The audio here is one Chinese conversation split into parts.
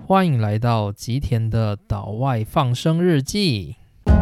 欢迎来到吉田的岛外放生日记。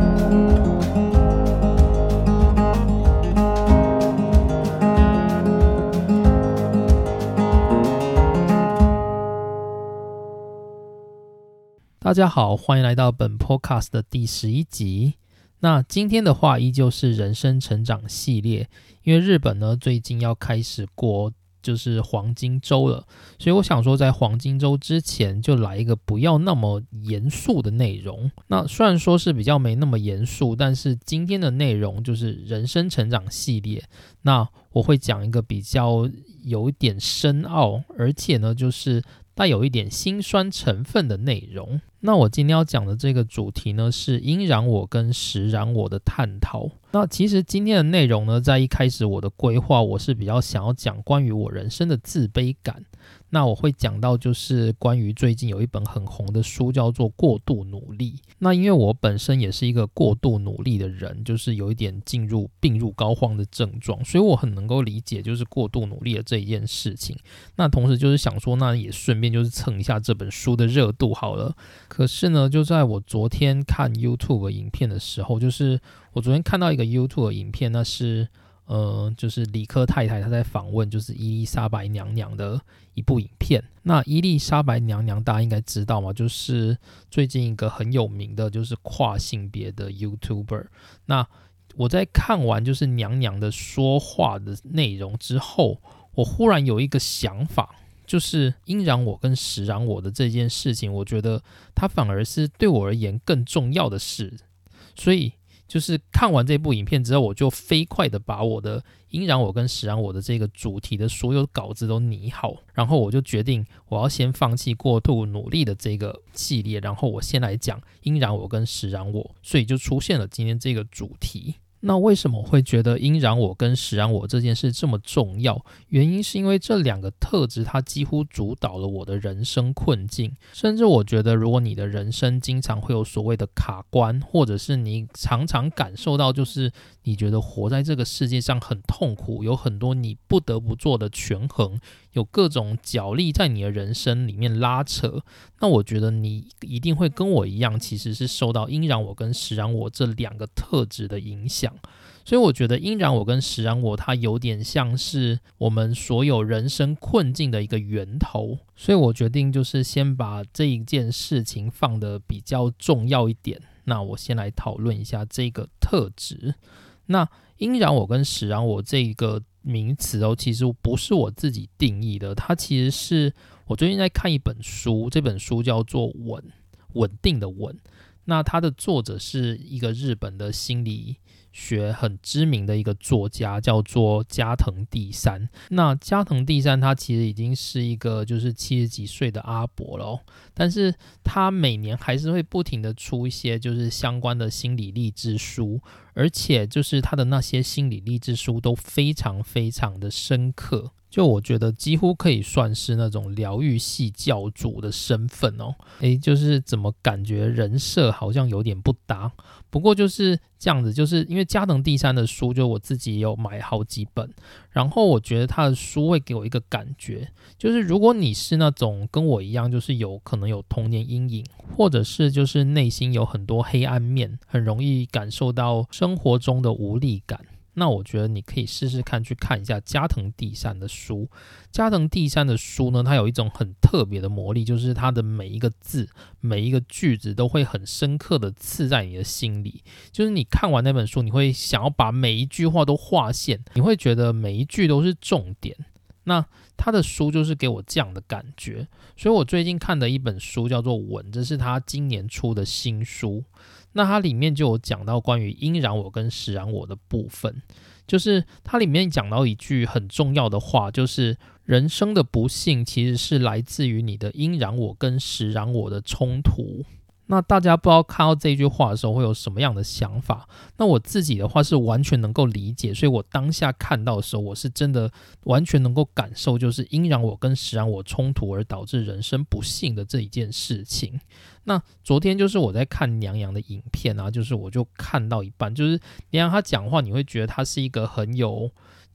大家好，欢迎来到本 podcast 的第11集。那今天的话依旧是人生成长系列，因为日本呢最近要开始过就是黄金周了，所以我想说在黄金周之前就来一个不要那么严肃的内容。那虽然说是比较没那么严肃，但是今天的内容就是人生成长系列，那我会讲一个比较有一点深奥，而且呢就是带有一点辛酸成分的内容。那我今天要讲的这个主题呢是因然我跟实然我的探讨。那其实今天的内容呢，在一开始我的规划我是比较想要讲关于我人生的自卑感。那我会讲到就是关于最近有一本很红的书叫做过度努力。那因为我本身也是一个过度努力的人，就是有一点进入病入膏肓的症状，所以我很能够理解就是过度努力的这一件事情。那同时就是想说那也顺便就是蹭一下这本书的热度好了。可是呢就在我昨天看 YouTube 影片的时候，就是我昨天看到一个 YouTube 影片，那是就是理科太太她在访问就是伊丽莎白娘娘的一部影片。那伊丽莎白娘娘大家应该知道嘛，就是最近一个很有名的就是跨性别的 YouTuber。那我在看完就是娘娘的说话的内容之后，我忽然有一个想法，就是因然我跟实然我的这件事情，我觉得它反而是对我而言更重要的事。所以就是看完这部影片之后，我就飞快的把我的因然我跟实然我的这个主题的所有稿子都拟好，然后我就决定我要先放弃过度努力的这个系列，然后我先来讲因然我跟实然我，所以就出现了今天这个主题。那为什么会觉得因然我跟实然我这件事这么重要？原因是因为这两个特质它几乎主导了我的人生困境。甚至我觉得如果你的人生经常会有所谓的卡关，或者是你常常感受到就是你觉得活在这个世界上很痛苦，有很多你不得不做的权衡，有各种角力在你的人生里面拉扯，那我觉得你一定会跟我一样，其实是受到因然我跟实然我这两个特质的影响。所以我觉得因然我跟实然我它有点像是我们所有人生困境的一个源头。所以我决定就是先把这一件事情放得比较重要一点。那我先来讨论一下这个特质。那因然我跟实然我这个名词其实不是我自己定义的，它其实是我最近在看一本书，这本书叫做稳定的稳。那它的作者是一个日本的心理学很知名的一个作家，叫做加藤第三。那加藤第三他其实已经是一个就是70几岁的阿伯了但是他每年还是会不停的出一些就是相关的心理励志书，而且就是他的那些心理励志书都非常非常的深刻，就我觉得几乎可以算是那种疗愈系教主的身份就是怎么感觉人设好像有点不搭。不过就是这样子，就是因为加藤第三的书就我自己也有买好几本，然后我觉得他的书会给我一个感觉，就是如果你是那种跟我一样就是可能有童年阴影，或者是就是内心有很多黑暗面，很容易感受到生活中的无力感，那我觉得你可以试试看去看一下加藤第三的书。加藤第三的书呢，它有一种很特别的魔力，就是它的每一个字每一个句子都会很深刻的刺在你的心里，就是你看完那本书你会想要把每一句话都划线，你会觉得每一句都是重点。那他的书就是给我这样的感觉，所以我最近看的一本书叫做《稳》，这是他今年出的新书。那它里面就有讲到关于因然我跟实然我的部分，就是它里面讲到一句很重要的话，就是人生的不幸其实是来自于你的因然我跟实然我的冲突。那大家不知道看到这句话的时候会有什么样的想法？那我自己的话是完全能够理解，所以我当下看到的时候，我是真的完全能够感受，就是因然我跟实然我冲突而导致人生不幸的这一件事情。那昨天就是我在看娘娘的影片就是我就看到一半，就是娘娘她讲话，你会觉得她是一个很有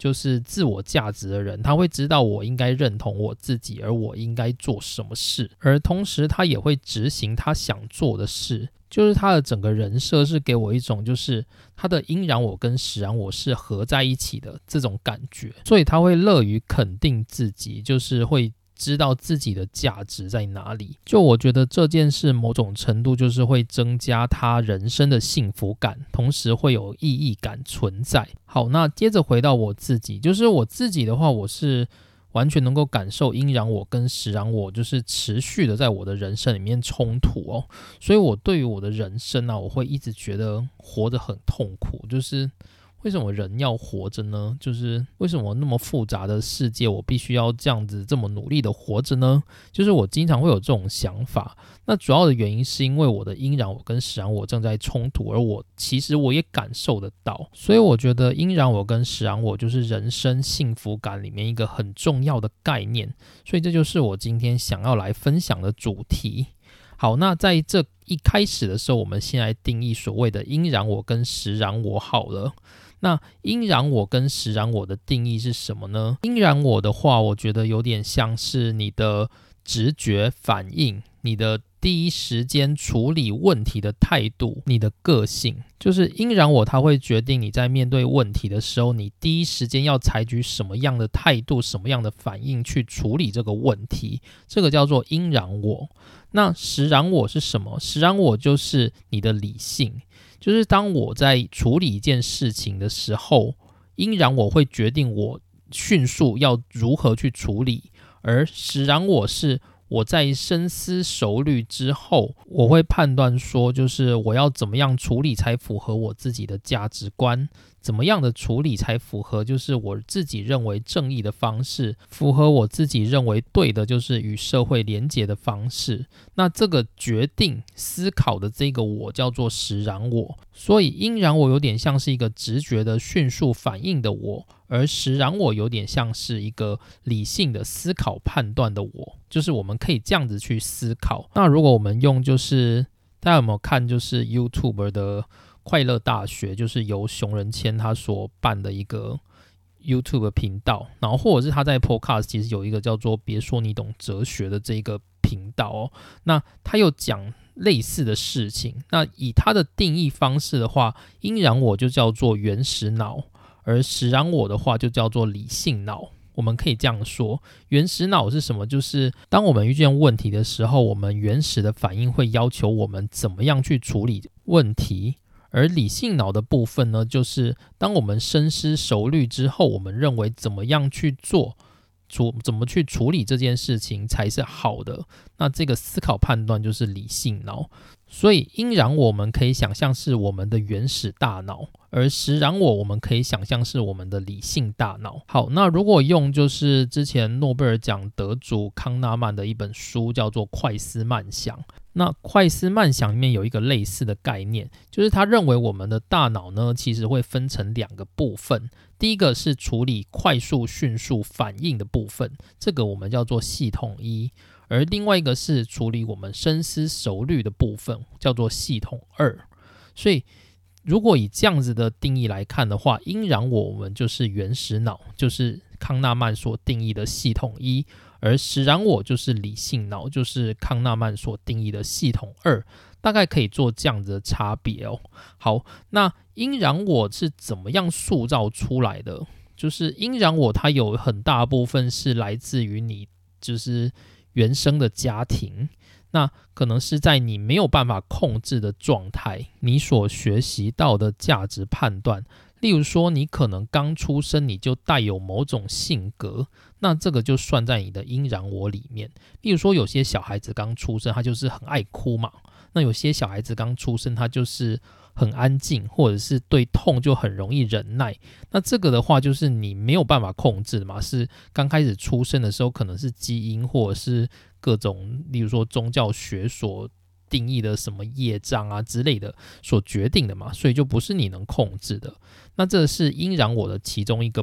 就是自我价值的人，他会知道我应该认同我自己，而我应该做什么事，而同时他也会执行他想做的事。就是他的整个人设是给我一种就是他的阴阳我跟实然我是合在一起的这种感觉，所以他会乐于肯定自己，就是会知道自己的价值在哪里。就我觉得这件事某种程度就是会增加他人生的幸福感，同时会有意义感存在。好，那接着回到我自己，就是我自己的话，我是完全能够感受阴阳我跟实然我就是持续的在我的人生里面冲突哦，所以我对于我的人生啊，我会一直觉得活得很痛苦，就是为什么人要活着呢？就是为什么那么复杂的世界，我必须要这样子这么努力的活着呢？就是我经常会有这种想法。那主要的原因是因为我的阴阳我跟实然我正在冲突，而其实我也感受得到。所以我觉得阴阳我跟实然我就是人生幸福感里面一个很重要的概念。所以这就是我今天想要来分享的主题。好，那在这一开始的时候，我们先来定义所谓的阴阳我跟实然我好了。那阴阳我跟实然我的定义是什么呢？阴阳我的话，我觉得有点像是你的直觉反应，你的第一时间处理问题的态度，你的个性。就是阴阳我它会决定你在面对问题的时候，你第一时间要采取什么样的态度，什么样的反应去处理这个问题，这个叫做阴阳我。那实然我是什么？实然我就是你的理性，就是当我在处理一件事情的时候，阴阳我会决定我迅速要如何去处理，而实然我是我在深思熟虑之后，我会判断说，就是我要怎么样处理才符合我自己的价值观，怎么样的处理才符合就是我自己认为正义的方式，符合我自己认为对的就是与社会连结的方式。那这个决定思考的这个我叫做实然我。所以阴然我有点像是一个直觉的迅速反应的我，而实然我有点像是一个理性的思考判断的我，就是我们可以这样子去思考。那如果我们用就是大家有没有看就是 YouTuber 的快乐大学，就是由熊仁谦他所办的一个 YouTube 频道，然后或者是他在 Podcast 其实有一个叫做别说你懂哲学的这个频道哦，那他又讲类似的事情。那以他的定义方式的话，阴然我就叫做原始脑，而实然我的话就叫做理性脑。我们可以这样说，原始脑是什么？就是当我们遇见问题的时候，我们原始的反应会要求我们怎么样去处理问题，而理性脑的部分呢，就是当我们深思熟虑之后，我们认为怎么样去做，怎么去处理这件事情才是好的，那这个思考判断就是理性脑。所以阴然我们可以想象是我们的原始大脑，而实然我们可以想象是我们的理性大脑。好，那如果用就是之前诺贝尔奖得主康纳曼的一本书叫做《快思慢想》，那《快思慢想》里面有一个类似的概念，就是他认为我们的大脑呢其实会分成两个部分，第一个是处理快速迅速反应的部分，这个我们叫做系统一，而另外一个是处理我们深思熟虑的部分，叫做系统二。所以如果以这样子的定义来看的话，阴然我们就是原始脑，就是康纳曼所定义的系统一，而实然我就是理性脑，就是康纳曼所定义的系统二，大概可以做这样子的差别哦。好，那阴然我是怎么样塑造出来的？就是阴然我它有很大部分是来自于你就是原生的家庭，那可能是在你没有办法控制的状态，你所学习到的价值判断。例如说你可能刚出生你就带有某种性格，那这个就算在你的阴然我里面。例如说有些小孩子刚出生他就是很爱哭嘛，那有些小孩子刚出生他就是很安静，或者是对痛就很容易忍耐，那这个的话就是你没有办法控制的嘛，是刚开始出生的时候可能是基因或者是各种例如说宗教学所定义的什么业障啊之类的所决定的嘛，所以就不是你能控制的。那这是阴然我的其中一个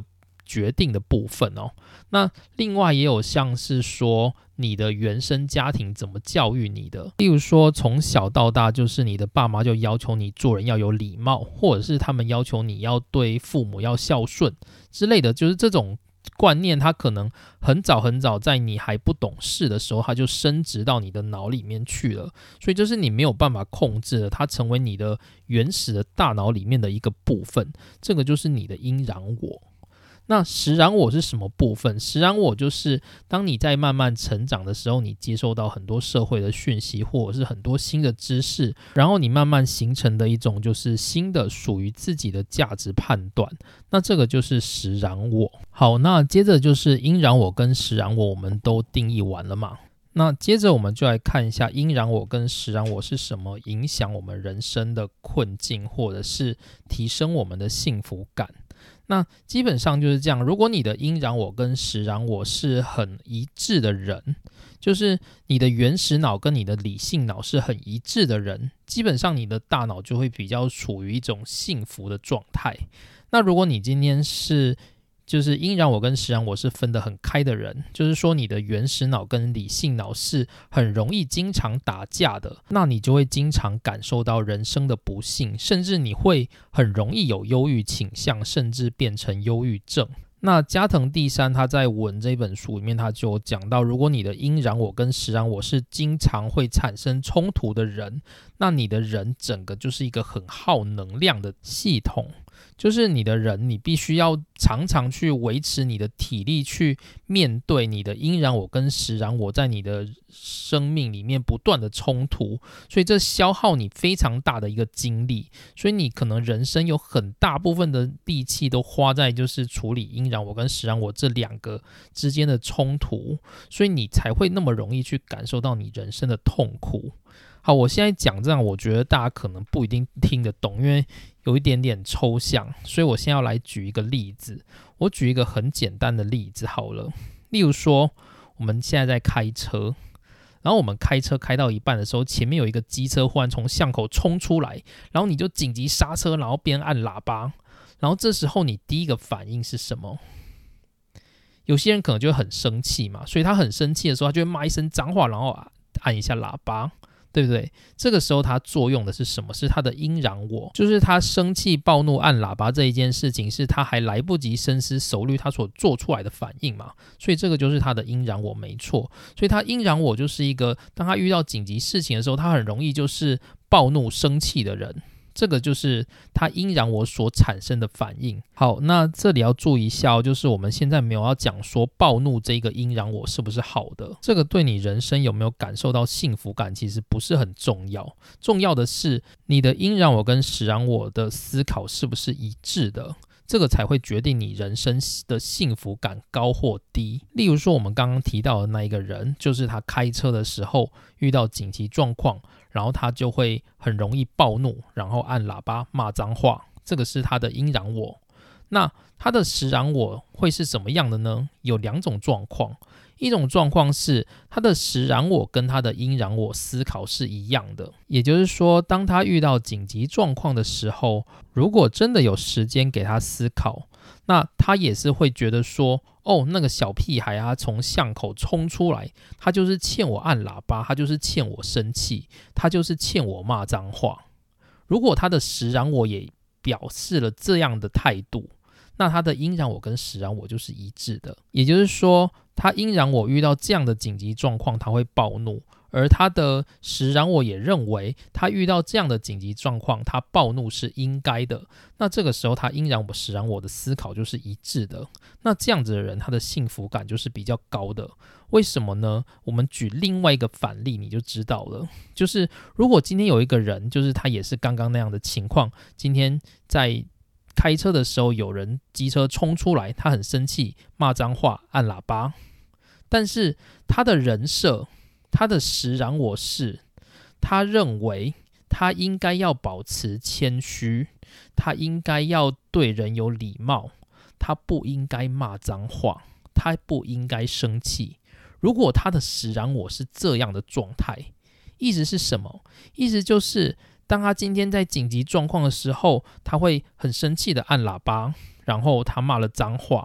决定的部分哦。那另外也有像是说你的原生家庭怎么教育你的，例如说从小到大就是你的爸妈就要求你做人要有礼貌，或者是他们要求你要对父母要孝顺之类的，就是这种观念它可能很早很早在你还不懂事的时候它就升值到你的脑里面去了，所以这是你没有办法控制的，它成为你的原始的大脑里面的一个部分，这个就是你的因然我。那实然我是什么部分？实然我就是当你在慢慢成长的时候，你接受到很多社会的讯息或者是很多新的知识，然后你慢慢形成的一种就是新的属于自己的价值判断，那这个就是实然我。好，那接着就是因然我跟实然我我们都定义完了嘛，那接着我们就来看一下因然我跟实然我是什么影响我们人生的困境，或者是提升我们的幸福感。那基本上就是这样，如果你的因然我跟实然我是很一致的人，就是你的原始脑跟你的理性脑是很一致的人，基本上你的大脑就会比较处于一种幸福的状态。那如果你今天是就是因然我跟实然我是分得很开的人，就是说你的原始脑跟理性脑是很容易经常打架的，那你就会经常感受到人生的不幸，甚至你会很容易有忧郁倾向，甚至变成忧郁症。那加藤第三他在文这本书里面他就讲到，如果你的因然我跟实然我是经常会产生冲突的人，那你的人整个就是一个很耗能量的系统，就是你的人你必须要常常去维持你的体力去面对你的因然我跟实然我在你的生命里面不断的冲突，所以这消耗你非常大的一个精力，所以你可能人生有很大部分的力气都花在就是处理因然我跟实然我这两个之间的冲突，所以你才会那么容易去感受到你人生的痛苦。好，我现在讲这样我觉得大家可能不一定听得懂，因为有一点点抽象，所以我现在要来举一个例子。我举一个很简单的例子好了，例如说我们现在在开车，然后我们开车开到一半的时候，前面有一个机车忽然从巷口冲出来，然后你就紧急刹车，然后边按喇叭，然后这时候你第一个反应是什么？有些人可能就会很生气嘛，所以他很生气的时候他就会骂一声脏话，然后按一下喇叭，对不对？这个时候它作用的是什么？是它的因然我，就是他生气暴怒按喇叭这一件事情是他还来不及深思熟虑他所做出来的反应嘛，所以这个就是他的因然我没错。所以他因然我就是一个当他遇到紧急事情的时候他很容易就是暴怒生气的人，这个就是它因然我所产生的反应。好，那这里要注意一下就是我们现在没有要讲说暴怒这个因然我是不是好的，这个对你人生有没有感受到幸福感其实不是很重要，重要的是你的因然我跟实然我的思考是不是一致的，这个才会决定你人生的幸福感高或低。例如说我们刚刚提到的那一个人，就是他开车的时候遇到紧急状况，然后他就会很容易暴怒，然后按喇叭骂脏话，这个是他的因然我。那他的实然我会是什么样的呢？有两种状况，一种状况是他的实然我跟他的因然我思考是一样的，也就是说当他遇到紧急状况的时候，如果真的有时间给他思考，那他也是会觉得说那个小屁孩他从巷口冲出来，他就是欠我按喇叭，他就是欠我生气，他就是欠我骂脏话。如果他的实然我也表示了这样的态度，那他的因然我跟实然我就是一致的，也就是说他因然我遇到这样的紧急状况他会暴怒，而他的实然我也认为他遇到这样的紧急状况他暴怒是应该的，那这个时候他因然我实然我的思考就是一致的，那这样子的人他的幸福感就是比较高的。为什么呢？我们举另外一个反例你就知道了，就是如果今天有一个人就是他也是刚刚那样的情况，今天在开车的时候有人机车冲出来，他很生气骂脏话按喇叭，但是他的人设他的实然我是他认为他应该要保持谦虚，他应该要对人有礼貌，他不应该骂脏话，他不应该生气。如果他的实然我是这样的状态，意思是什么？意思就是当他今天在紧急状况的时候，他会很生气的按喇叭，然后他骂了脏话，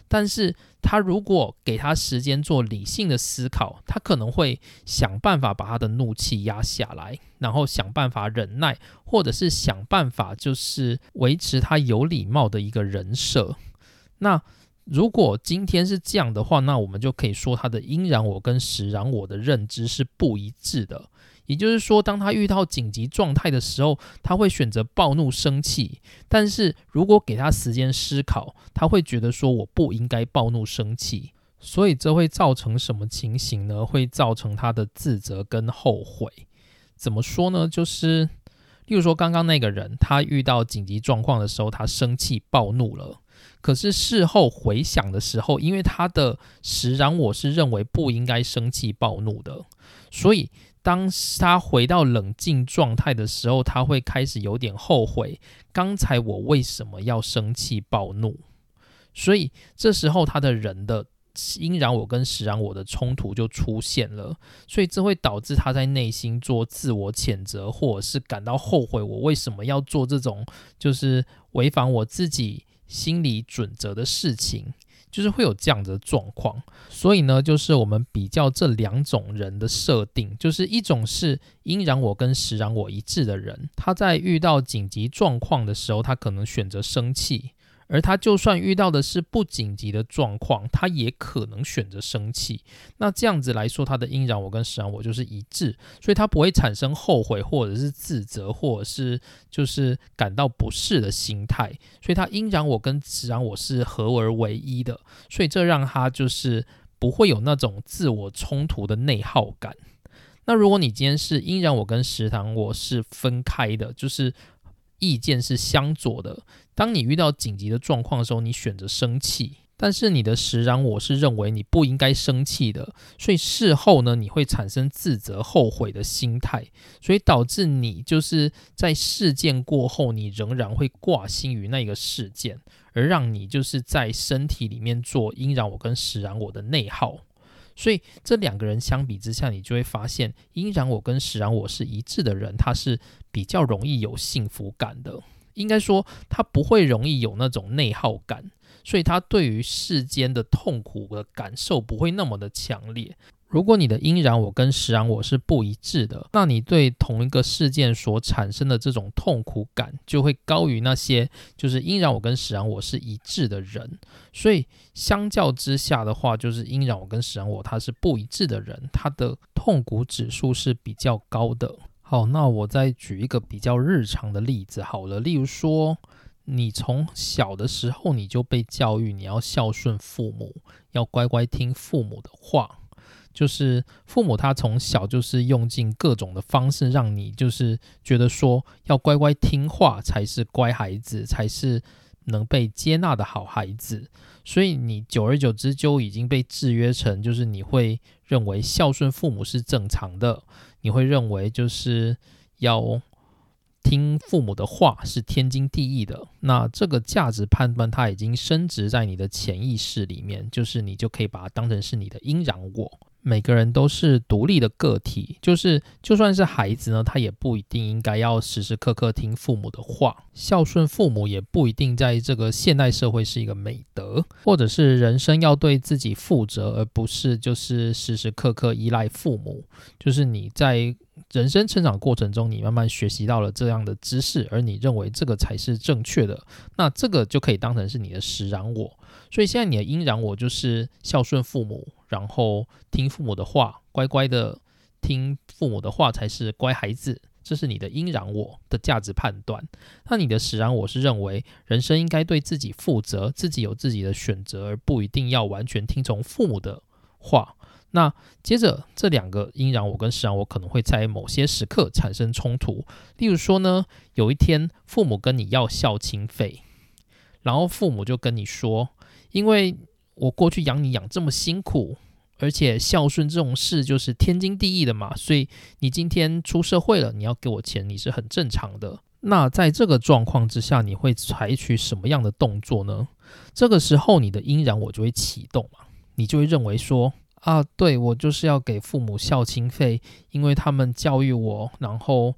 但是他如果给他时间做理性的思考，他可能会想办法把他的怒气压下来，然后想办法忍耐，或者是想办法就是维持他有礼貌的一个人设。那如果今天是这样的话，那我们就可以说他的阴然我跟实然我的认知是不一致的。也就是说，当他遇到紧急状态的时候，他会选择暴怒生气，但是如果给他时间思考，他会觉得说我不应该暴怒生气。所以这会造成什么情形呢？会造成他的自责跟后悔。怎么说呢？就是例如说刚刚那个人，他遇到紧急状况的时候，他生气暴怒了，可是事后回想的时候，因为他的实然我是认为不应该生气暴怒的，所以当他回到冷静状态的时候，他会开始有点后悔，刚才我为什么要生气暴怒？所以这时候他的人的阴然我跟实然我的冲突就出现了，所以这会导致他在内心做自我谴责，或者是感到后悔，我为什么要做这种就是违反我自己心理准则的事情，就是会有这样的状况。所以呢，就是我们比较这两种人的设定，就是一种是阴然我跟实然我一致的人，他在遇到紧急状况的时候，他可能选择生气，而他就算遇到的是不紧急的状况，他也可能选择生气。那这样子来说，他的阴然我跟实然我就是一致，所以他不会产生后悔或者是自责，或者是就是感到不适的心态。所以他阴然我跟实然我是合而为一的，所以这让他就是不会有那种自我冲突的内耗感。那如果你今天是阴然我跟实然我是分开的，就是意见是相左的，当你遇到紧急的状况的时候，你选择生气，但是你的实然我是认为你不应该生气的，所以事后呢，你会产生自责后悔的心态，所以导致你就是在事件过后，你仍然会挂心于那个事件，而让你就是在身体里面做阴然我跟实然我的内耗。所以这两个人相比之下，你就会发现阴然我跟实然我是一致的人，他是比较容易有幸福感的，应该说他不会容易有那种内耗感，所以他对于世间的痛苦的感受不会那么的强烈。如果你的阴然我跟实然我是不一致的，那你对同一个事件所产生的这种痛苦感就会高于那些就是阴然我跟实然我是一致的人。所以相较之下的话，就是阴然我跟实然我他是不一致的人，他的痛苦指数是比较高的。好，那我再举一个比较日常的例子好了，例如说你从小的时候你就被教育你要孝顺父母，要乖乖听父母的话，就是父母他从小就是用尽各种的方式让你就是觉得说要乖乖听话才是乖孩子，才是能被接纳的好孩子，所以你久而久之就已经被制约成就是你会认为孝顺父母是正常的，你会认为就是要听父母的话是天经地义的。那这个价值判断它已经深植在你的潜意识里面，就是你就可以把它当成是你的阴然我。每个人都是独立的个体，就算是孩子呢，他也不一定应该要时时刻刻听父母的话，孝顺父母也不一定在这个现代社会是一个美德，或者是人生要对自己负责，而不是就是时时刻刻依赖父母。就是你在人生成长过程中，你慢慢学习到了这样的知识，而你认为这个才是正确的，那这个就可以当成是你的实然我。所以现在你的阴然我就是孝顺父母，然后听父母的话，乖乖的听父母的话才是乖孩子，这是你的阴然我的价值判断。那你的实然我是认为人生应该对自己负责，自己有自己的选择，而不一定要完全听从父母的话。那接着这两个阴然我跟实然我可能会在某些时刻产生冲突。例如说呢，有一天父母跟你要孝亲费，然后父母就跟你说，因为我过去养你养这么辛苦，而且孝顺这种事就是天经地义的嘛，所以你今天出社会了，你要给我钱，你是很正常的。那在这个状况之下，你会采取什么样的动作呢？这个时候你的阴然我就会启动嘛，你就会认为说啊，对，我就是要给父母孝亲费，因为他们教育我，然后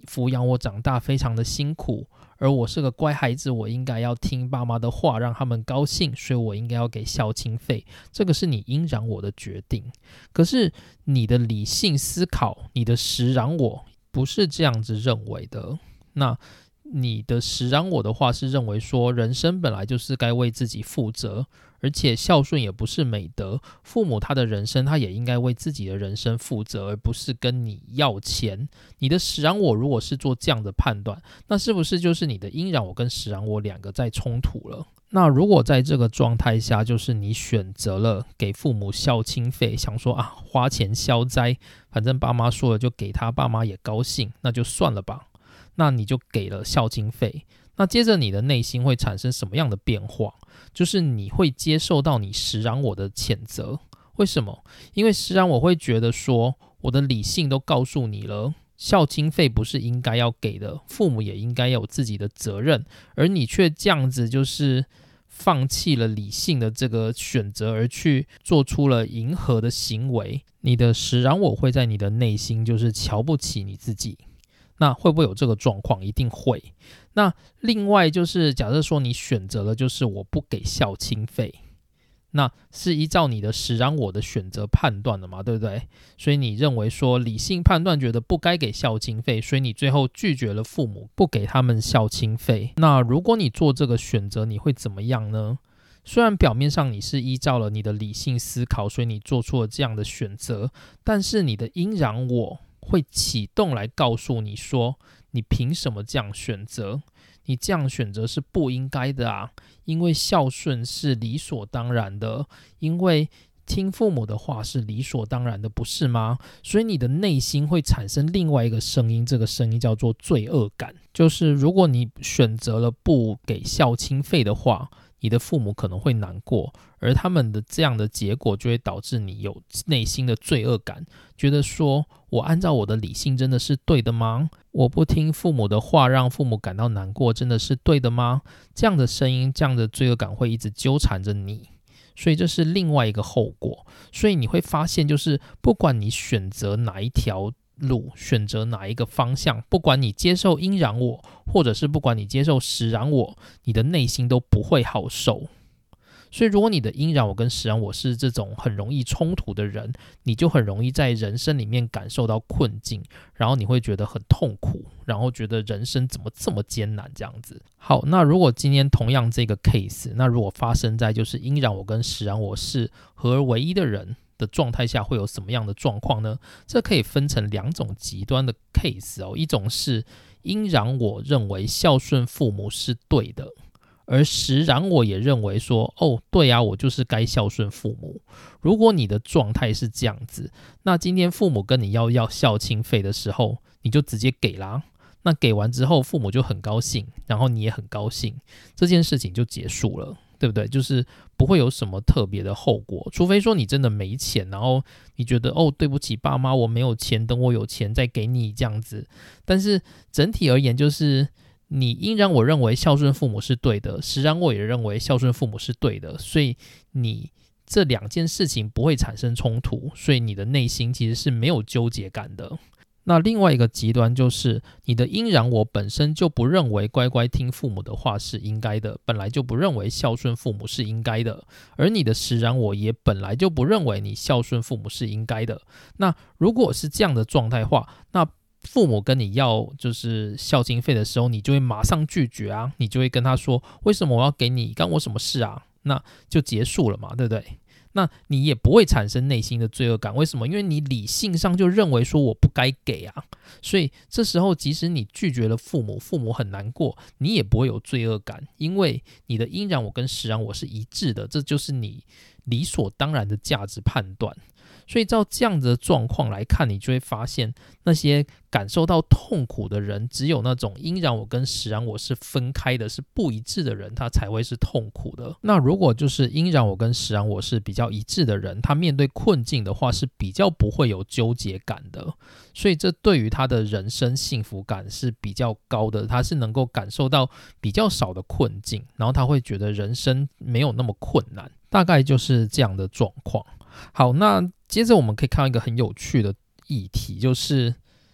抚养我长大非常的辛苦，而我是个乖孩子，我应该要听爸妈的话，让他们高兴，所以我应该要给孝亲费，这个是你应然我的决定。可是你的理性思考，你的实然我不是这样子认为的。那你的实然我的话是认为说，人生本来就是该为自己负责，而且孝顺也不是美德，父母他的人生他也应该为自己的人生负责，而不是跟你要钱。你的实然我如果是做这样的判断，那是不是就是你的应然我跟实然我两个在冲突了？那如果在这个状态下，就是你选择了给父母孝亲费，想说花钱消灾，反正爸妈说了就给他，爸妈也高兴，那就算了吧。那你就给了孝亲费，那接着你的内心会产生什么样的变化？就是你会接受到你实然我的谴责。为什么？因为实然我会觉得说，我的理性都告诉你了，孝亲费不是应该要给的，父母也应该有自己的责任，而你却这样子就是放弃了理性的这个选择，而去做出了迎合的行为。你的实然我会在你的内心就是瞧不起你自己。那会不会有这个状况？一定会。那另外就是假设说你选择了就是我不给孝亲费，那是依照你的实然我的选择判断的嘛，对不对？所以你认为说理性判断觉得不该给孝亲费，所以你最后拒绝了父母，不给他们孝亲费。那如果你做这个选择，你会怎么样呢？虽然表面上你是依照了你的理性思考，所以你做出了这样的选择，但是你的应然我会启动来告诉你说，你凭什么这样选择？你这样选择是不应该的啊！因为孝顺是理所当然的，因为听父母的话是理所当然的，不是吗？所以你的内心会产生另外一个声音，这个声音叫做罪恶感。就是如果你选择了不给孝亲费的话，你的父母可能会难过，而他们的这样的结果就会导致你有内心的罪恶感，觉得说我按照我的理性真的是对的吗？我不听父母的话，让父母感到难过，真的是对的吗？这样的声音，这样的罪恶感会一直纠缠着你，所以这是另外一个后果。所以你会发现，就是不管你选择哪一条路，选择哪一个方向，不管你接受应然我，或者是不管你接受实然我，你的内心都不会好受。所以如果你的应然我跟实然我是这种很容易冲突的人，你就很容易在人生里面感受到困境，然后你会觉得很痛苦，然后觉得人生怎么这么艰难这样子。好，那如果今天同样这个 case， 那如果发生在就是应然我跟实然我是合而为一的人的状态下，会有什么样的状况呢？这可以分成两种极端的 case 哦，一种是应然我认为孝顺父母是对的，而实然我也认为说，对啊，我就是该孝顺父母。如果你的状态是这样子，那今天父母跟你要孝亲费的时候，你就直接给啦。那给完之后，父母就很高兴，然后你也很高兴，这件事情就结束了，对不对？就是不会有什么特别的后果，除非说你真的没钱，然后你觉得对不起爸妈，我没有钱，等我有钱再给你这样子。但是整体而言，就是你应然我认为孝顺父母是对的，实然我也认为孝顺父母是对的，所以你这两件事情不会产生冲突，所以你的内心其实是没有纠结感的。那另外一个极端就是你的应然我本身就不认为乖乖听父母的话是应该的，本来就不认为孝顺父母是应该的，而你的实然我也本来就不认为你孝顺父母是应该的。那如果是这样的状态话，那父母跟你要就是孝亲费的时候，你就会马上拒绝啊，你就会跟他说为什么我要给你，干我什么事啊？那就结束了嘛，对不对？那你也不会产生内心的罪恶感，为什么？因为你理性上就认为说我不该给啊，所以这时候即使你拒绝了父母，父母很难过，你也不会有罪恶感，因为你的应然我跟实然我是一致的，这就是你理所当然的价值判断。所以照这样子的状况来看，你就会发现那些感受到痛苦的人，只有那种应然我跟实然我是分开的，是不一致的人，他才会是痛苦的。那如果就是应然我跟实然我是比较一致的人，他面对困境的话是比较不会有纠结感的，所以这对于他的人生幸福感是比较高的，他是能够感受到比较少的困境，然后他会觉得人生没有那么困难，大概就是这样的状况。好，那接着我们可以看到一个很有趣的议题，就是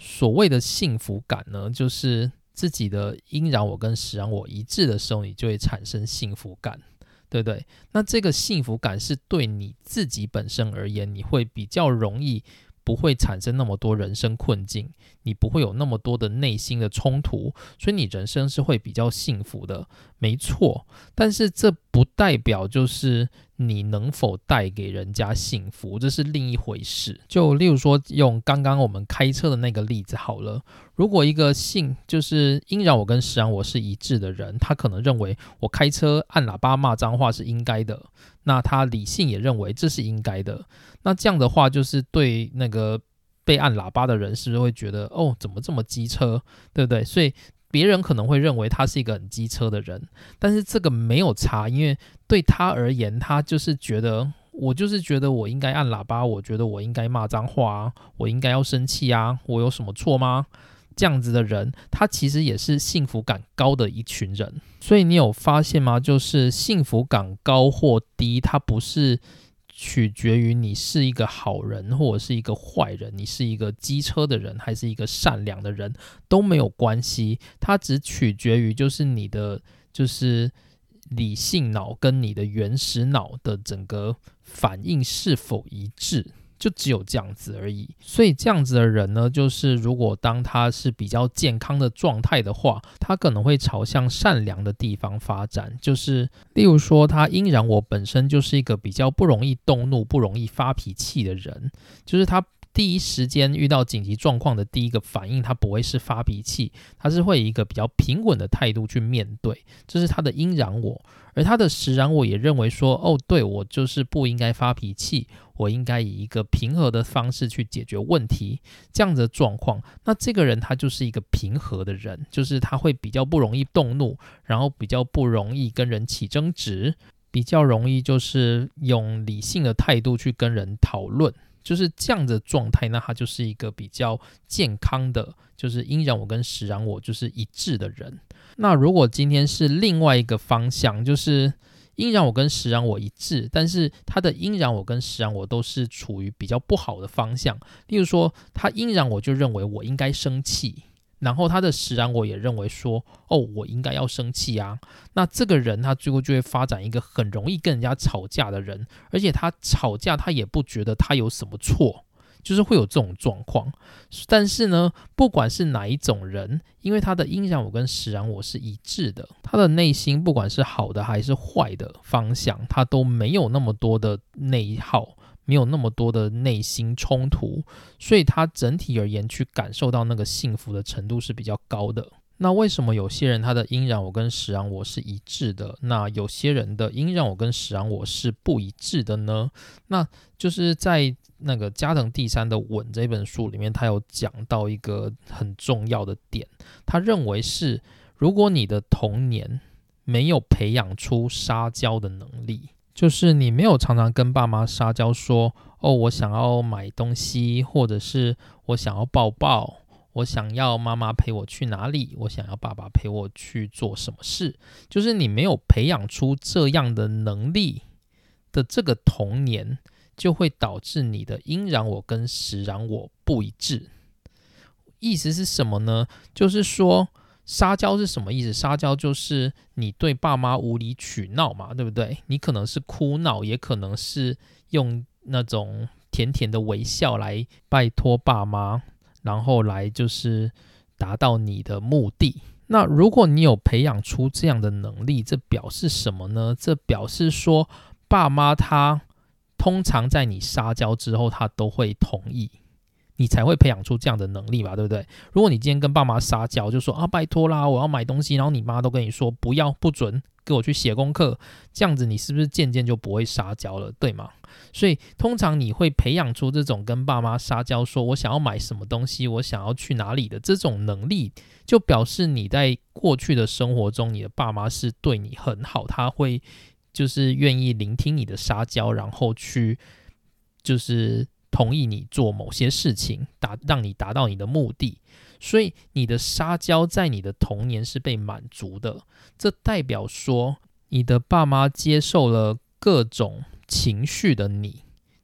所谓的幸福感呢，就是自己的应然我跟实然我一致的时候，你就会产生幸福感，对不对？那这个幸福感是对你自己本身而言，你会比较容易不会产生那么多人生困境，你不会有那么多的内心的冲突，所以你人生是会比较幸福的，没错。但是这不代表就是你能否带给人家幸福，这是另一回事。就例如说用刚刚我们开车的那个例子好了，如果一个就是应然我跟实然我是一致的人，他可能认为我开车按喇叭骂脏话是应该的，那他理性也认为这是应该的，那这样的话就是对那个被按喇叭的人是不是会觉得怎么这么机车，对不对？所以别人可能会认为他是一个很机车的人，但是这个没有差，因为对他而言，他就是觉得我应该按喇叭，我觉得我应该骂脏话啊，我应该要生气啊，我有什么错吗？这样子的人，他其实也是幸福感高的一群人。所以你有发现吗？就是幸福感高或低，它不是取决于你是一个好人或者是一个坏人，你是一个机车的人还是一个善良的人都没有关系，它只取决于就是你的就是理性脑跟你的原始脑的整个反应是否一致，就只有这样子而已。所以这样子的人呢，就是如果当他是比较健康的状态的话，他可能会朝向善良的地方发展，就是例如说他应然我本身就是一个比较不容易动怒不容易发脾气的人，就是他第一时间遇到紧急状况的第一个反应，他不会是发脾气，他是会以一个比较平稳的态度去面对，这是他的应然我。而他的实然我也认为说，对，我就是不应该发脾气，我应该以一个平和的方式去解决问题，这样子的状况，那这个人他就是一个平和的人，就是他会比较不容易动怒，然后比较不容易跟人起争执，比较容易就是用理性的态度去跟人讨论，就是这样的状态，那他就是一个比较健康的，就是应然我跟实然我就是一致的人。那如果今天是另外一个方向，就是应然我跟实然我一致，但是他的应然我跟实然我都是处于比较不好的方向，例如说他应然我就认为我应该生气，然后他的实然我也认为说我应该要生气啊，那这个人他最后就会发展一个很容易跟人家吵架的人，而且他吵架他也不觉得他有什么错，就是会有这种状况。但是呢，不管是哪一种人，因为他的应然我跟实然我是一致的，他的内心不管是好的还是坏的方向，他都没有那么多的内耗，没有那么多的内心冲突，所以他整体而言去感受到那个幸福的程度是比较高的。那为什么有些人他的应然我跟实然我是一致的，那有些人的应然我跟实然我是不一致的呢？那就是在那个加藤第三的《稳》这本书里面，他有讲到一个很重要的点，他认为是如果你的童年没有培养出撒娇的能力，就是你没有常常跟爸妈撒娇说我想要买东西，或者是我想要抱抱，我想要妈妈陪我去哪里，我想要爸爸陪我去做什么事，就是你没有培养出这样的能力的这个童年，就会导致你的应然我跟实然我不一致。意思是什么呢？就是说撒娇是什么意思？撒娇就是你对爸妈无理取闹嘛，对不对？你可能是哭闹，也可能是用那种甜甜的微笑来拜托爸妈，然后来就是达到你的目的。那如果你有培养出这样的能力，这表示什么呢？这表示说爸妈他通常在你撒娇之后，他都会同意，你才会培养出这样的能力吧，对不对？如果你今天跟爸妈撒娇，就说拜托啦，我要买东西，然后你妈都跟你说不要不准，给我去写功课，这样子你是不是渐渐就不会撒娇了，对吗？所以通常你会培养出这种跟爸妈撒娇，说我想要买什么东西，我想要去哪里的这种能力，就表示你在过去的生活中，你的爸妈是对你很好，他会就是愿意聆听你的撒娇，然后去就是同意你做某些事情，让你达到你的目的。所以你的撒娇在你的童年是被满足的，这代表说你的爸妈接受了各种情绪的你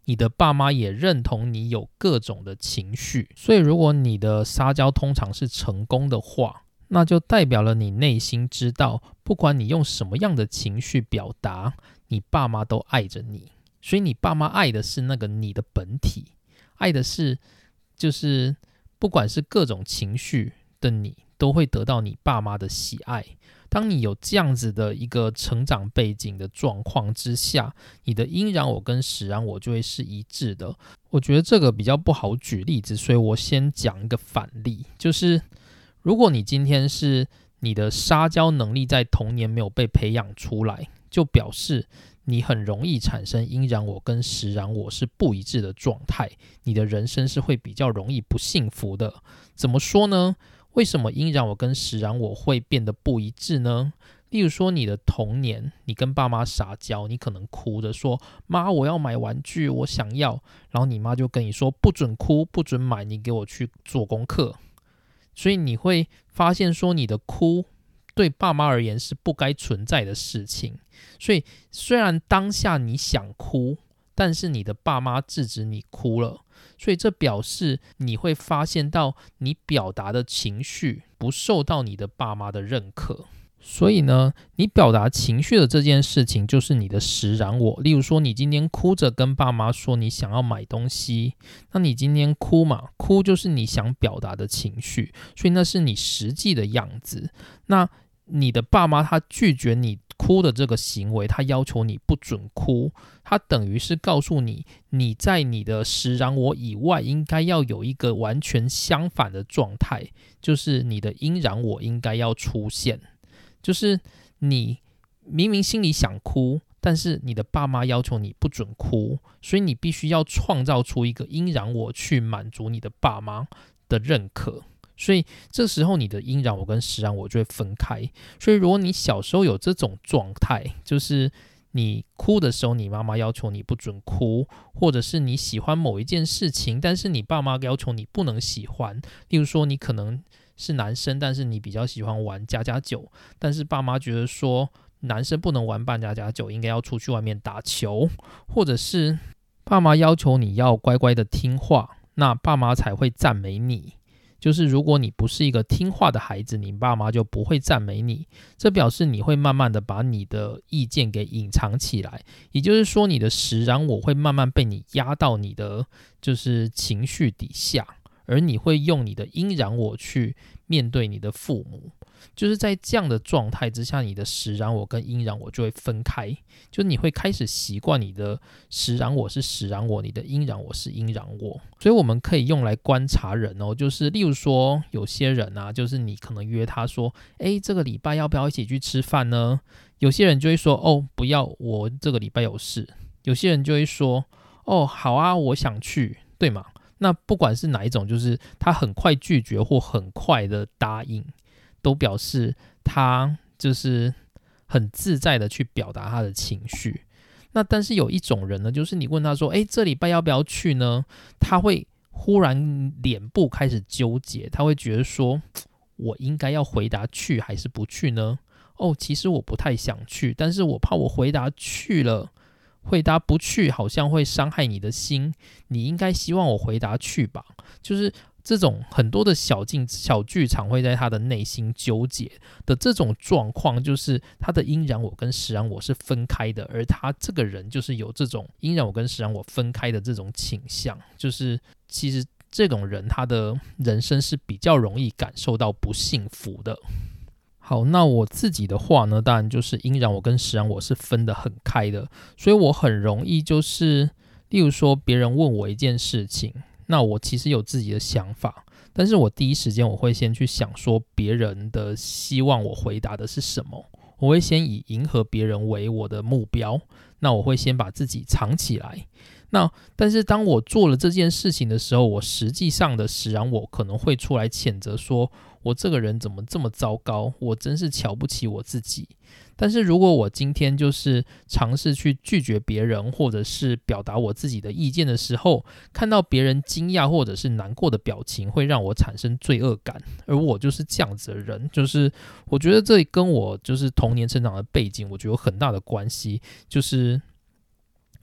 你的爸妈也认同你有各种的情绪。所以如果你的撒娇通常是成功的话，那就代表了你内心知道，不管你用什么样的情绪表达，你爸妈都爱着你。所以你爸妈爱的是那个你的本体，爱的是就是不管是各种情绪的你，都会得到你爸妈的喜爱。当你有这样子的一个成长背景的状况之下，你的阴阳我跟实然我就会是一致的。我觉得这个比较不好举例子，所以我先讲一个反例，就是如果你今天是你的撒娇能力在童年没有被培养出来，就表示你很容易产生阴阳我跟实然我是不一致的状态，你的人生是会比较容易不幸福的。怎么说呢？为什么阴阳我跟实然我会变得不一致呢？例如说你的童年，你跟爸妈撒娇，你可能哭着说妈我要买玩具，我想要，然后你妈就跟你说不准哭不准买，你给我去做功课。所以你会发现说你的哭对爸妈而言是不该存在的事情。所以虽然当下你想哭，但是你的爸妈制止你哭了，所以这表示你会发现到你表达的情绪不受到你的爸妈的认可。所以呢，你表达情绪的这件事情就是你的实然我。例如说你今天哭着跟爸妈说你想要买东西，那你今天哭嘛，哭就是你想表达的情绪，所以那是你实际的样子。那你的爸妈他拒绝你哭的这个行为，他要求你不准哭，他等于是告诉你，你在你的实然我以外应该要有一个完全相反的状态，就是你的阴然我应该要出现。就是你明明心里想哭，但是你的爸妈要求你不准哭，所以你必须要创造出一个阴然我去满足你的爸妈的认可。所以这时候你的阴然我跟实然我就会分开。所以如果你小时候有这种状态，就是你哭的时候你妈妈要求你不准哭，或者是你喜欢某一件事情，但是你爸妈要求你不能喜欢。例如说你可能是男生，但是你比较喜欢玩家家酒，但是爸妈觉得说男生不能玩扮家家酒，应该要出去外面打球，或者是爸妈要求你要乖乖的听话，那爸妈才会赞美你。就是如果你不是一个听话的孩子，你爸妈就不会赞美你，这表示你会慢慢的把你的意见给隐藏起来，也就是说你的实然我会慢慢被你压到你的就是情绪底下，而你会用你的阴然我去面对你的父母。就是在这样的状态之下，你的实然我跟阴然我就会分开，就你会开始习惯你的实然我是实然我，你的阴然我是阴然我。所以我们可以用来观察人哦，就是例如说有些人啊，就是你可能约他说这个礼拜要不要一起去吃饭呢？有些人就会说不要，我这个礼拜有事。有些人就会说好啊，我想去，对吗？那不管是哪一种，就是他很快拒绝或很快的答应，都表示他就是很自在的去表达他的情绪。那但是有一种人呢，就是你问他说这礼拜要不要去呢？他会忽然脸部开始纠结，他会觉得说我应该要回答去还是不去呢？其实我不太想去，但是我怕我回答去了，回答不去好像会伤害你的心，你应该希望我回答去吧。就是这种很多的小剧场会在他的内心纠结的这种状况，就是他的阴然我跟实然我是分开的，而他这个人就是有这种阴然我跟实然我分开的这种倾向，就是其实这种人他的人生是比较容易感受到不幸福的。好，那我自己的话呢，当然就是阴然我跟实然我是分得很开的，所以我很容易就是例如说别人问我一件事情，那我其实有自己的想法，但是我第一时间我会先去想说别人的希望我回答的是什么，我会先以迎合别人为我的目标，那我会先把自己藏起来。那但是当我做了这件事情的时候，我实际上的实然我可能会出来谴责说我这个人怎么这么糟糕，我真是瞧不起我自己。但是如果我今天就是尝试去拒绝别人，或者是表达我自己的意见的时候，看到别人惊讶或者是难过的表情，会让我产生罪恶感。而我就是这样子的人，就是我觉得这跟我就是童年成长的背景，我觉得有很大的关系。就是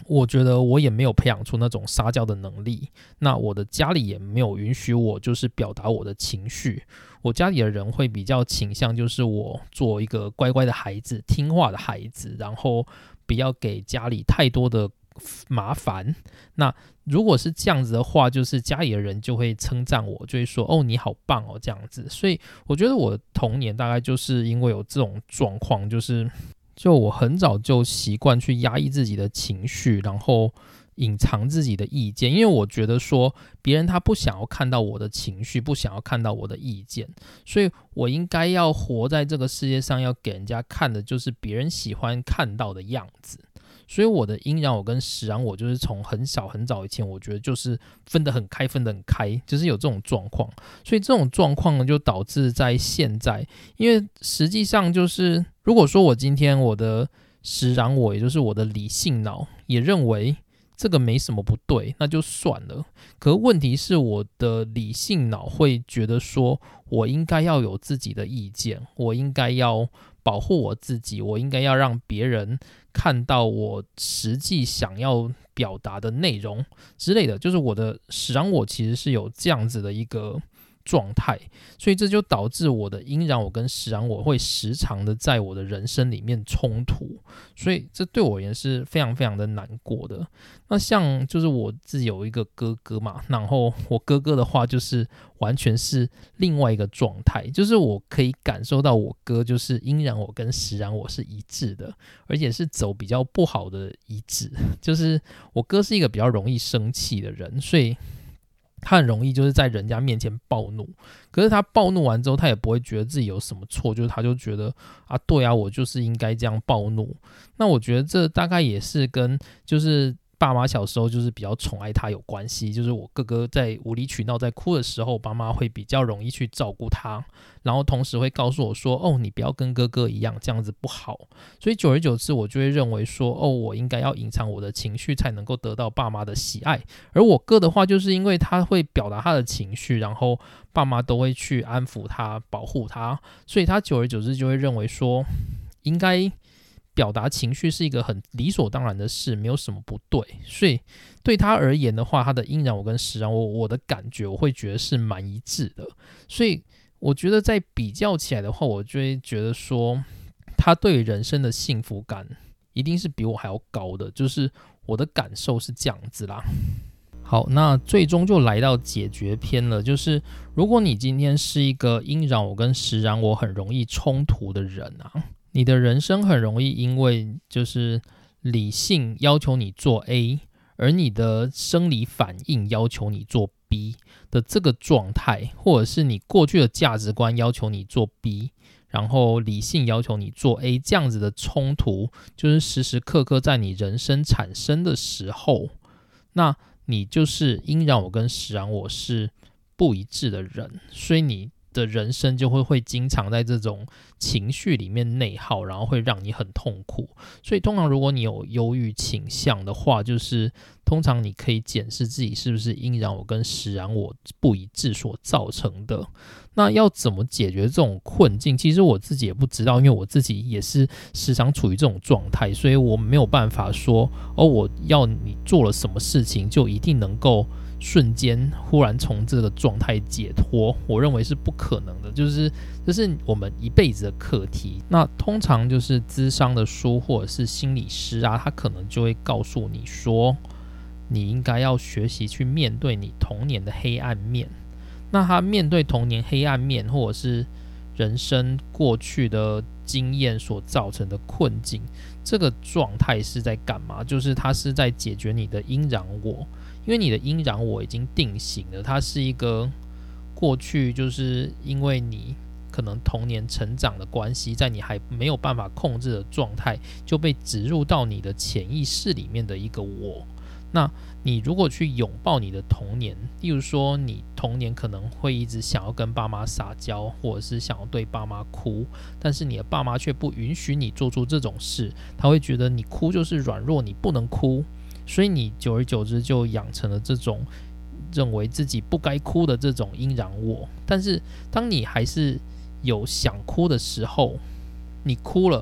我觉得我也没有培养出那种撒娇的能力，那我的家里也没有允许我就是表达我的情绪。我家里的人会比较倾向就是我做一个乖乖的孩子，听话的孩子，然后不要给家里太多的麻烦。那如果是这样子的话，就是家里的人就会称赞我，就会说哦你好棒哦这样子。所以我觉得我的童年大概就是因为有这种状况，就我很早就习惯去压抑自己的情绪，然后隐藏自己的意见，因为我觉得说别人他不想要看到我的情绪，不想要看到我的意见，所以我应该要活在这个世界上，要给人家看的就是别人喜欢看到的样子。所以我的阴阳我跟实阳我就是从很早很早以前，我觉得就是分得很开，就是有这种状况。所以这种状况呢，就导致在现在，因为实际上就是如果说我今天我的实阳我，也就是我的理性脑也认为这个没什么不对，那就算了。可问题是我的理性脑会觉得说，我应该要有自己的意见，我应该要保护我自己，我应该要让别人看到我实际想要表达的内容之类的，就是我的实阳我其实是有这样子的一个状态，所以这就导致我的阴阳我跟实阳我会时常的在我的人生里面冲突，所以这对我而言是非常非常的难过的。那像就是我自己有一个哥哥嘛，然后我哥哥的话就是完全是另外一个状态，就是我可以感受到我哥就是阴阳我跟实阳我是一致的，而且是走比较不好的一致，就是我哥是一个比较容易生气的人，所以他很容易就是在人家面前暴怒，可是他暴怒完之后，他也不会觉得自己有什么错，就是他就觉得啊，对啊，我就是应该这样暴怒。那我觉得这大概也是跟就是爸妈小时候就是比较宠爱他有关系，就是我哥哥在无理取闹在哭的时候，爸妈会比较容易去照顾他，然后同时会告诉我说，哦，你不要跟哥哥一样，这样子不好。所以久而久之，我就会认为说，哦，我应该要隐藏我的情绪，才能够得到爸妈的喜爱。而我哥的话，就是因为他会表达他的情绪，然后爸妈都会去安抚他、保护他，所以他久而久之就会认为说，应该表达情绪是一个很理所当然的事，没有什么不对。所以对他而言的话，他的阴阳我跟实阳我的感觉，我会觉得是蛮一致的。所以我觉得在比较起来的话，我就会觉得说，他对人生的幸福感一定是比我还要高的，就是我的感受是这样子啦。好，那最终就来到解决篇了，就是如果你今天是一个阴阳我跟实阳我很容易冲突的人啊，你的人生很容易因为就是理性要求你做 A， 而你的生理反应要求你做 B 的这个状态，或者是你过去的价值观要求你做 B， 然后理性要求你做 A， 这样子的冲突就是时时刻刻在你人生产生的时候，那你就是阴阳我跟实阳我是不一致的人，所以你的人生就会经常在这种情绪里面内耗，然后会让你很痛苦。所以通常如果你有忧郁倾向的话，就是通常你可以检视自己是不是阴阳我跟实阳我不一致所造成的。那要怎么解决这种困境，其实我自己也不知道，因为我自己也是时常处于这种状态，所以我没有办法说哦，我要你做了什么事情就一定能够瞬间忽然从这个状态解脱，我认为是不可能的，就是这是我们一辈子的课题。那通常就是諮商的书或者是心理师啊，他可能就会告诉你说，你应该要学习去面对你童年的黑暗面。那他面对童年黑暗面，或者是人生过去的经验所造成的困境，这个状态是在干嘛？就是他是在解决你的阴阳我，因为你的阴阳我已经定型了，它是一个过去就是因为你可能童年成长的关系，在你还没有办法控制的状态，就被植入到你的潜意识里面的一个我。那你如果去拥抱你的童年，例如说你童年可能会一直想要跟爸妈撒娇，或者是想要对爸妈哭，但是你的爸妈却不允许你做出这种事，他会觉得你哭就是软弱，你不能哭，所以你久而久之就养成了这种认为自己不该哭的这种阴阳我。但是当你还是有想哭的时候，你哭了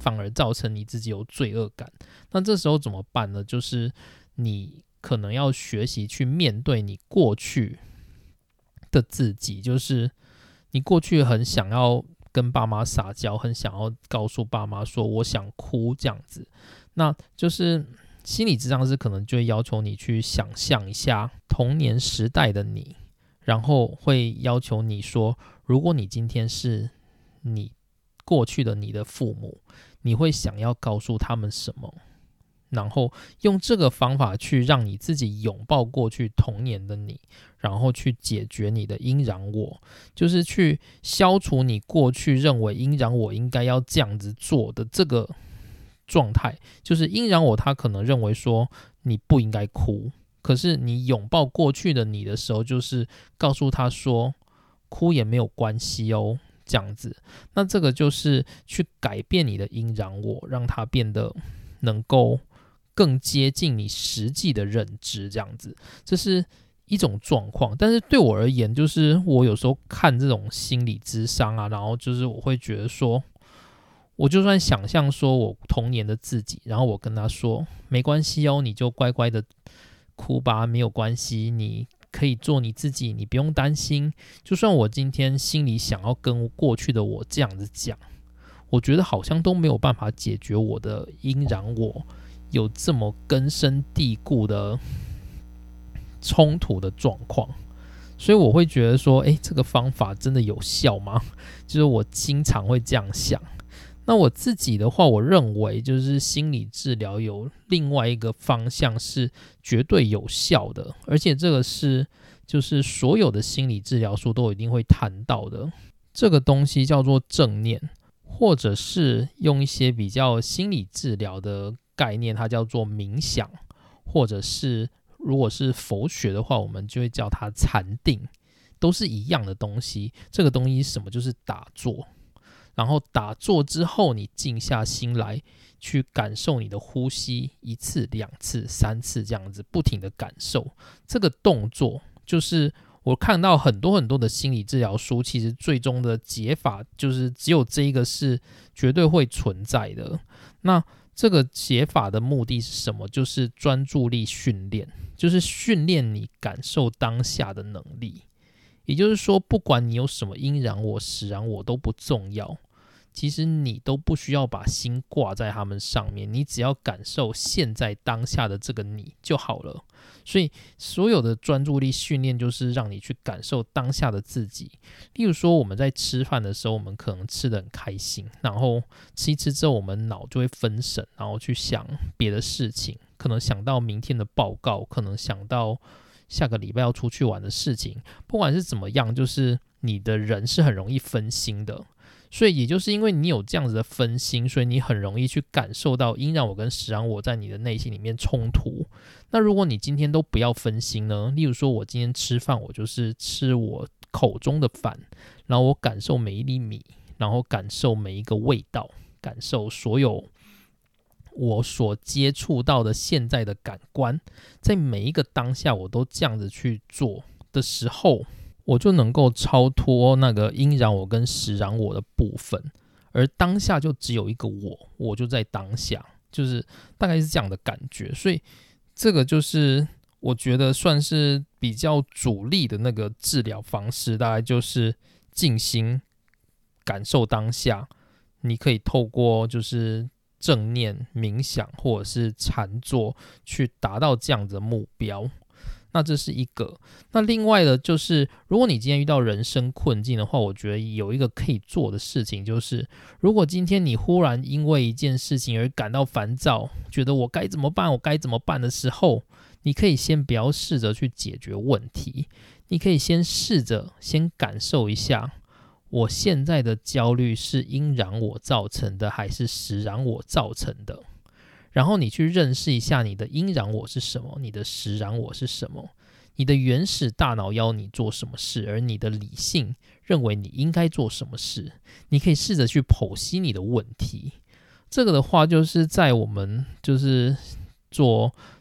反而造成你自己有罪恶感。那这时候怎么办呢？就是你可能要学习去面对你过去的自己，就是你过去很想要跟爸妈撒娇，很想要告诉爸妈说我想哭这样子，那就是心理咨商师可能就会要求你去想象一下童年时代的你，然后会要求你说，如果你今天是你过去的你的父母，你会想要告诉他们什么？然后用这个方法去让你自己拥抱过去童年的你，然后去解决你的阴阳我，就是去消除你过去认为阴阳我应该要这样子做的这个状态。就是阴阳我他可能认为说你不应该哭，可是你拥抱过去的你的时候，就是告诉他说哭也没有关系哦，这样子。那这个就是去改变你的阴阳我，让它变得能够更接近你实际的认知，这样子，这是一种状况。但是对我而言，就是我有时候看这种心理咨商啊，然后就是我会觉得说，我就算想象说我童年的自己，然后我跟他说没关系哦，你就乖乖的哭吧，没有关系，你可以做你自己，你不用担心。就算我今天心里想要跟过去的我这样子讲，我觉得好像都没有办法解决我的阴阳我有这么根深蒂固的冲突的状况。所以我会觉得说，这个方法真的有效吗？就是我经常会这样想。那我自己的话，我认为就是心理治疗有另外一个方向是绝对有效的，而且这个是就是所有的心理治疗书都一定会谈到的。这个东西叫做正念，或者是用一些比较心理治疗的概念，它叫做冥想，或者是如果是佛学的话，我们就会叫它禅定，都是一样的东西。这个东西是什么？就是打坐。然后打坐之后，你静下心来去感受你的呼吸，1次、2次、3次这样子，不停的感受这个动作。就是我看到很多很多的心理治疗书，其实最终的解法就是只有这一个是绝对会存在的。那这个解法的目的是什么？就是专注力训练，就是训练你感受当下的能力。也就是说，不管你有什么阴阳我、实阳我都不重要，其实你都不需要把心挂在他们上面，你只要感受现在当下的这个你就好了。所以所有的专注力训练就是让你去感受当下的自己。例如说我们在吃饭的时候，我们可能吃得很开心，然后吃一吃之后我们脑就会分神，然后去想别的事情，可能想到明天的报告，可能想到下个礼拜要出去玩的事情。不管是怎么样，就是你的人是很容易分心的。所以也就是因为你有这样子的分心，所以你很容易去感受到阴阳我跟实阳我在你的内心里面冲突。那如果你今天都不要分心呢？例如说我今天吃饭，我就是吃我口中的饭，然后我感受每一粒米，然后感受每一个味道，感受所有我所接触到的现在的感官，在每一个当下我都这样子去做的时候，我就能够超脱那个阴阳我跟实阳我的部分，而当下就只有一个我就在当下，就是大概是这样的感觉。所以这个就是我觉得算是比较主力的那个治疗方式，大概就是静心感受当下。你可以透过就是正念冥想或者是禅坐去达到这样的目标。那这是一个。那另外的就是，如果你今天遇到人生困境的话，我觉得有一个可以做的事情，就是如果今天你忽然因为一件事情而感到烦躁，觉得我该怎么办的时候，你可以先不要试着去解决问题，你可以先试着先感受一下，我现在的焦虑是阴阳我造成的还是实阳我造成的。然后你去认识一下你的阴阳我是什么，你的实阳我是什么，你的原始大脑要你做什么事，而你的理性认为你应该做什么事。你可以试着去剖析你的问题。这个的话就是在我们就是做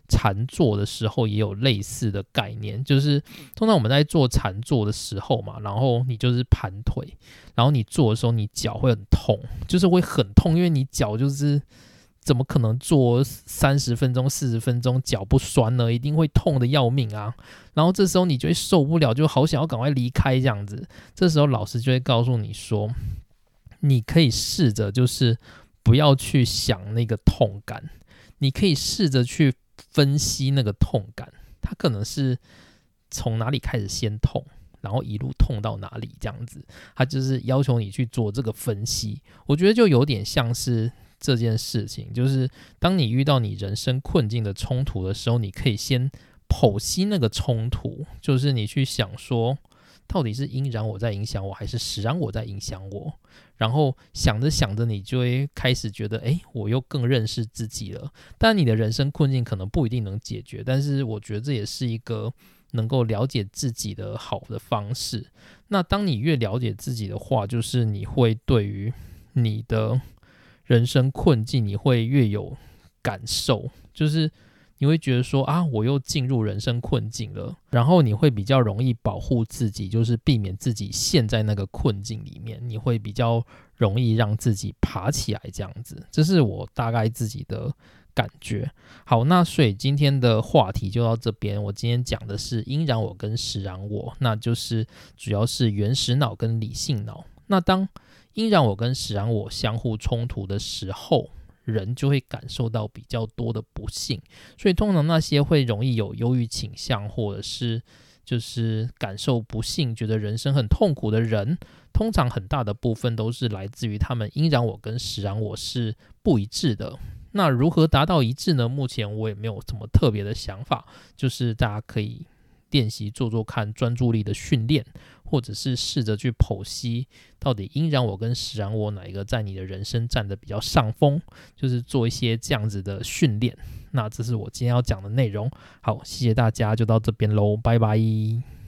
禅坐的时候也有类似的概念，就是通常我们在做禅坐的时候嘛，然后你就是盘腿，然后你做的时候你脚会很痛，就是会很痛，因为你脚就是怎么可能做30分钟40分钟脚不酸呢？一定会痛的要命啊！然后这时候你就会受不了，就好想要赶快离开这样子。这时候老师就会告诉你说，你可以试着就是不要去想那个痛感，你可以试着去分析那个痛感，它可能是从哪里开始先痛，然后一路痛到哪里这样子。它就是要求你去做这个分析。我觉得就有点像是这件事情，就是当你遇到你人生困境的冲突的时候，你可以先剖析那个冲突，就是你去想说，到底是因然我在影响我，还是使然我在影响我？然后想着想着，你就会开始觉得，我又更认识自己了。但你的人生困境可能不一定能解决，但是我觉得这也是一个能够了解自己的好的方式。那当你越了解自己的话，就是你会对于你的人生困境你会越有感受，就是你会觉得说啊，我又进入人生困境了，然后你会比较容易保护自己，就是避免自己陷在那个困境里面，你会比较容易让自己爬起来这样子，这是我大概自己的感觉。好，那所以今天的话题就到这边。我今天讲的是因然我跟使然我，那就是主要是原始脑跟理性脑。那当因然我跟使然我相互冲突的时候，人就会感受到比较多的不幸，所以通常那些会容易有忧郁倾向，或者是就是感受不幸，觉得人生很痛苦的人，通常很大的部分都是来自于他们因然我跟使然我是不一致的。那如何达到一致呢？目前我也没有什么特别的想法，就是大家可以练习做做看专注力的训练，或者是试着去剖析到底因然我跟使然我哪一个在你的人生占的比较上风，就是做一些这样子的训练。那这是我今天要讲的内容。好，谢谢大家，就到这边咯，拜拜。